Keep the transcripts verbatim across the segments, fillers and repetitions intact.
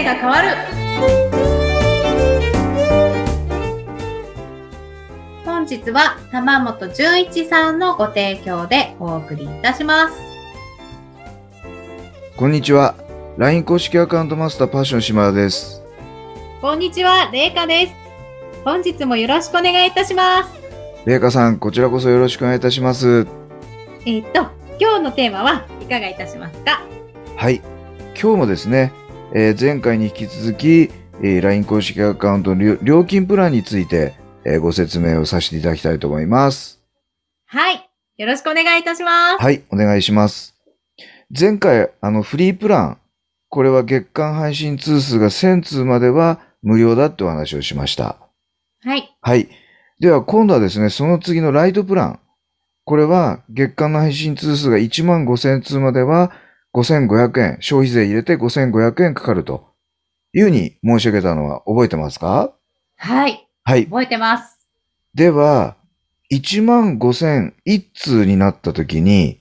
が変わる。本日は玉本純一さんのご提供でお送りいたします。 こんにちは。ライン 公式アカウントマスターパッション島田です。 こんにちは、れいかです。本日もよろしくお願いいたします。 れいかさん、こちらこそよろしくお願いいたします。 えっと、今日のテーマはいかがいたしますか？ はい。今日もですね、えー、前回に引き続き、えー、ライン 公式アカウントの料金プランについて、えー、ご説明をさせていただきたいと思います。 はい。よろしくお願いいたします。 はい、お願いします。前回、あの、フリープラン、これは月間配信通数がせん通までは無料だってお話をしました。 はい。 はい。では、今度はですね、その次のライトプラン。これは月間の配信通数がいちまんごせん通まではごせんごひゃくえん、消費税入れてごせんごひゃくえんかかるというふうに申し上げたのは覚えてますか？ はい。 はい。 覚えてます。 では、いちまんごせんいち通になったときに、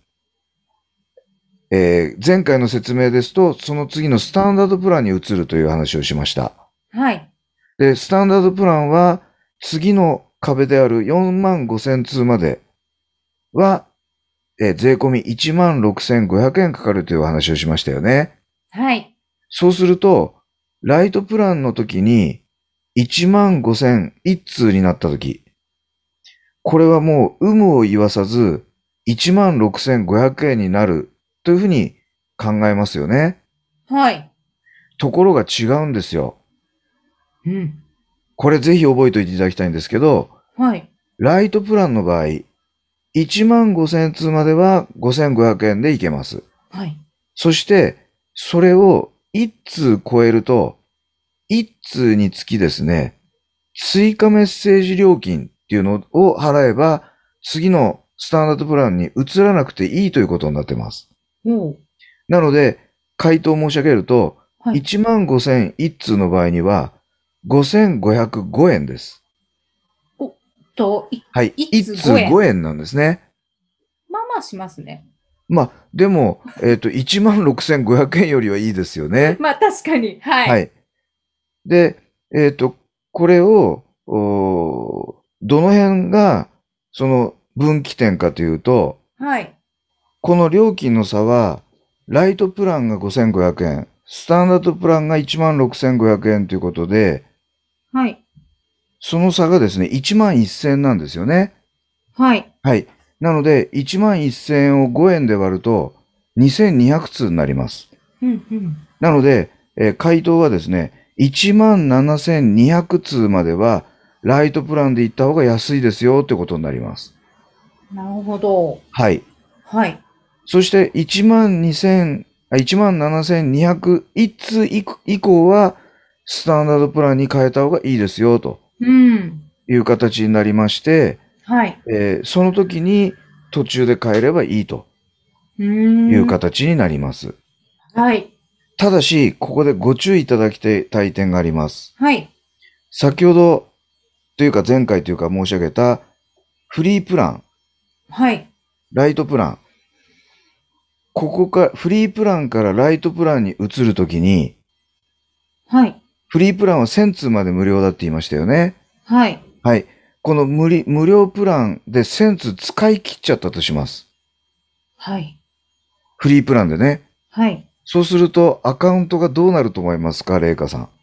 えー、前回の説明ですと、その次のスタンダードプランに移るという話をしました。 はい。 で、スタンダードプランは、次の壁であるよんまんごせん通までは、えー、税込みいちまんろくせんごひゃくえんかかるという話をしましたよね。 はい。 そうすると、ライトプランの時にいちまんごせんいち通になった時、これはもう有無を言わさずいちまんろくせんごひゃくえんになるというふうに考えますよね。 はい。 ところが違うんですよ。 うん。 これぜひ覚えておいていただきたいんですけど、 はい。 ライトプランの場合、いちまんごせん通まではごせんごひゃくえんでいけます。 はい。そして、それをいち通超えると、いち通につきですね、追加メッセージ料金っていうのを払えば、次のスタンダードプランに移らなくていいということになっています。なので、回答申し上げると、はい、いちまんごせんいち通の場合には、ごせんごひゃくごえんです。 おっと、 はい。いち通ごえんなんですね。 まあまあしますね。 まあ、でも、えっと、いちまんろくせんごひゃくえんよりはいいですよね。 まあ確かに。はい。 はい。で、えっと、これを、どの辺が、その分岐点かというと、 はい。 この料金の差は、ライトプランがごせんごひゃくえん、スタンダードプランがいちまんろくせんごひゃくえんということで、 はい。 その差がですね、いちまんせんなんですよね。 はい。 はい。なので、いちまんせんえんをごえんで割ると、にせんにひゃく通になります。 うんうん、 なので、えー、回答はですね、いちまんななせんにひゃく通までは、ライトプランで行った方が安いですよってことになります。 なるほど。 はい。 はい。 そして、いちまんにせん、いちまんななせんにひゃくいち通以降は、スタンダードプランに変えた方がいいですよ、という形になりまして、 はい。 えー、その時に途中で変えればいいという形になります。 はい。 ただし、ここでご注意いただきたい点があります。 はい。 先ほどというか前回というか申し上げたフリープラン。 はい。 ライトプラン。ここか、フリープランからライトプランに移るときに、 はい。 フリープランはせん通まで無料だって言いましたよね。 はい。 はい。この無理、無料プランでせん通使い切っちゃったとします。 はい。 フリープランでね。 はい。 そうするとアカウントがどうなると思いますか、レイカさん。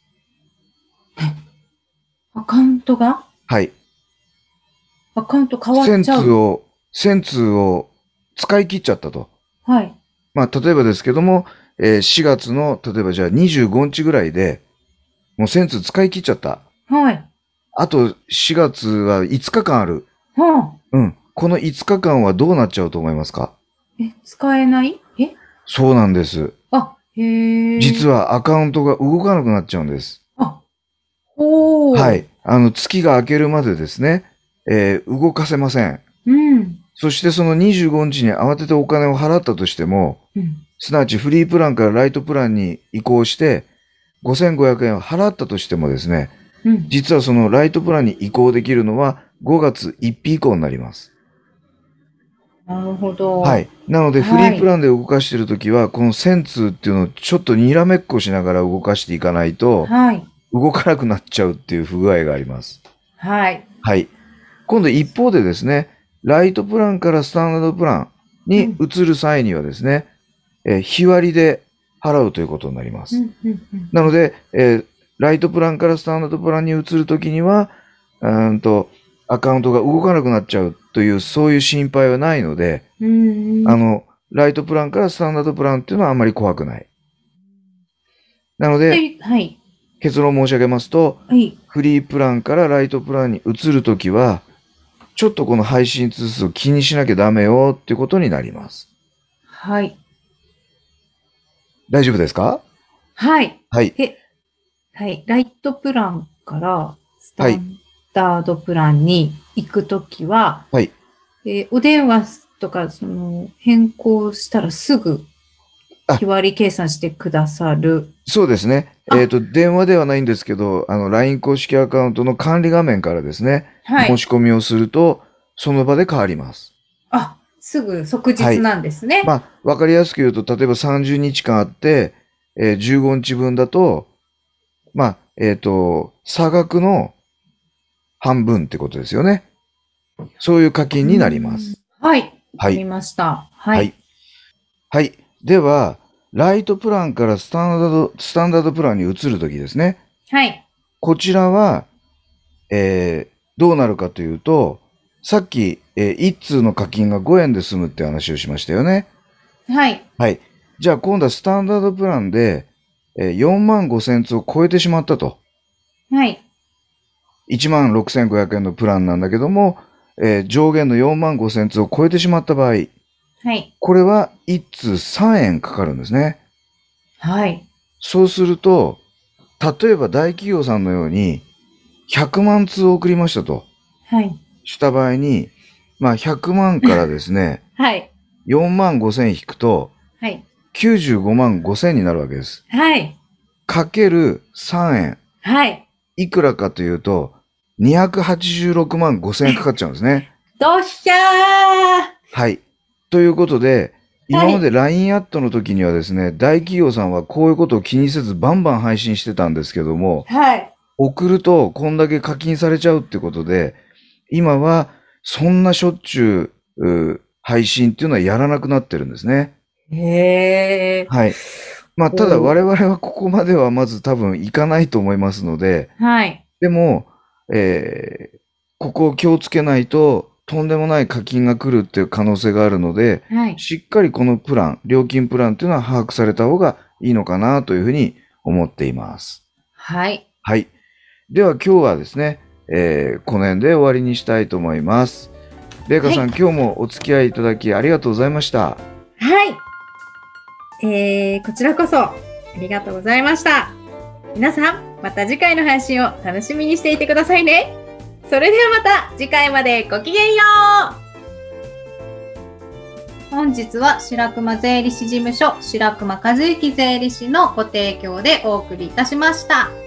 アカウントがはい。 アカウント変わっちゃう。 せん通を、せん通を使い切っちゃったと。 はい。 まあ、例えばですけども、えー、しがつの、例えばじゃあにじゅうごにちぐらいで、もうせん通使い切っちゃった。 はい。 あとしがつはいつかかんある。 はあ。 うん。このいつかかんはどうなっちゃうと思いますか？ え、使えないえそうなんです。 あ、へえ。 実はアカウントが動かなくなっちゃうんです。 あ、おー。 はい。あの、月が明けるまでですね、えー、動かせません。 うん。 そしてそのにじゅうごにちに慌ててお金を払ったとしても、うん、すなわちフリープランからライトプランに移行してごせんごひゃくえんを払ったとしてもですね、うん、実はそのライトプランに移行できるのはごがつついたち以降になります。 なるほど。 はい。なので、フはいリープランで動かしているときは、この線通っていうのをちょっとにらめっこしながら動かしていかないと、 はい。 動かなくなっちゃうっていう不具合があります。 はい。 はい。今度一方でですね、ライトプランからスタンダードプランに移る際にはですね、えー日割りで払うということになります。 うんうんうんなので、えーライトプランからスタンダードプランに移るときには、うーんと、アカウントが動かなくなっちゃうという、そういう心配はないので、 うんうんあの、ライトプランからスタンダードプランっていうのはあんまり怖くない。なので、 はい。はい。 結論申し上げますと、 はい。 フリープランからライトプランに移るときは、ちょっとこの配信通数を気にしなきゃダメよっていうことになります。 はい。 大丈夫ですか？ はい。 はい。 え、はい。ライトプランからスタンダードプランに行くときは、 はい。 えーお電話とか、その、変更したらすぐあ日割り計算してくださる。 そうですね。 あえっと、電話ではないんですけど、あの、ライン 公式アカウントの管理画面からですね、 はい。 申し込みをすると、その場で変わります。 あ、すぐ即日なんですね。 まあ、わかりやすく言うと、例えばさんじゅうにちかんあって、えーじゅうごにちぶんだと、まあ、えっと、差額の半分ってことですよね。そういう課金になります。 はい。わかりはい。 ました。ははいい。。 はい。では、ライトプランからスタンダード、スタンダードプランに移るときですね。 はい。 こちらは、えーどうなるかというと、さっき、えー一通の課金がごえんで済むって話をしましたよね。 はい。 はい。じゃあ今度はスタンダードプランで、えーよんまんごせんつを超えてしまったと。 はい。 いちまんろくせんごひゃくえんのプランなんだけども、えー上限のよんまんごせんつを超えてしまった場合、 はい。 これは一通さんえんかかるんですね。 はい。 そうすると、例えば大企業さんのように、ひゃくまんつを送りましたとはい。 した場合に、まあひゃくまんからですね、 はい。 よんまんごせん引くと、 はい。 きゅうじゅうごまんごせんになるわけです。 はい。 かけるさんえん。 はい。 いくらかというと、にひゃくはちじゅうろくまんごせんえんかかっちゃうんですね。 どっしゃー。 はい。ということで、今まで ライン アットの時にはですね、大企業さんはこういうことを気にせずバンバン配信してたんですけども、 はい。 送るとこんだけ課金されちゃうってことで、今はそんなしょっちゅうう配信っていうのはやらなくなってるんですね。 へー。 はい。まあ、ただおー我々はここまではまず多分いかないと思いますので、 はい。 でも、えーここを気をつけないと、とんでもない課金が来るっていう可能性があるので、 はい。 しっかりこのプラン、料金プランっていうのは把握された方がいいのかなというふうに思っています。 はい。 はい。では今日はですね、えーこの辺で終わりにしたいと思います。れいかさん、 は今日もお付き合いいただきありがとうございました。 はい。えー、こちらこそ、ありがとうございました。皆さん、また次回の配信を楽しみにしていてくださいね。それではまた次回までごきげんよう。本日は白熊税理士事務所白熊和幸税理士のご提供でお送りいたしました。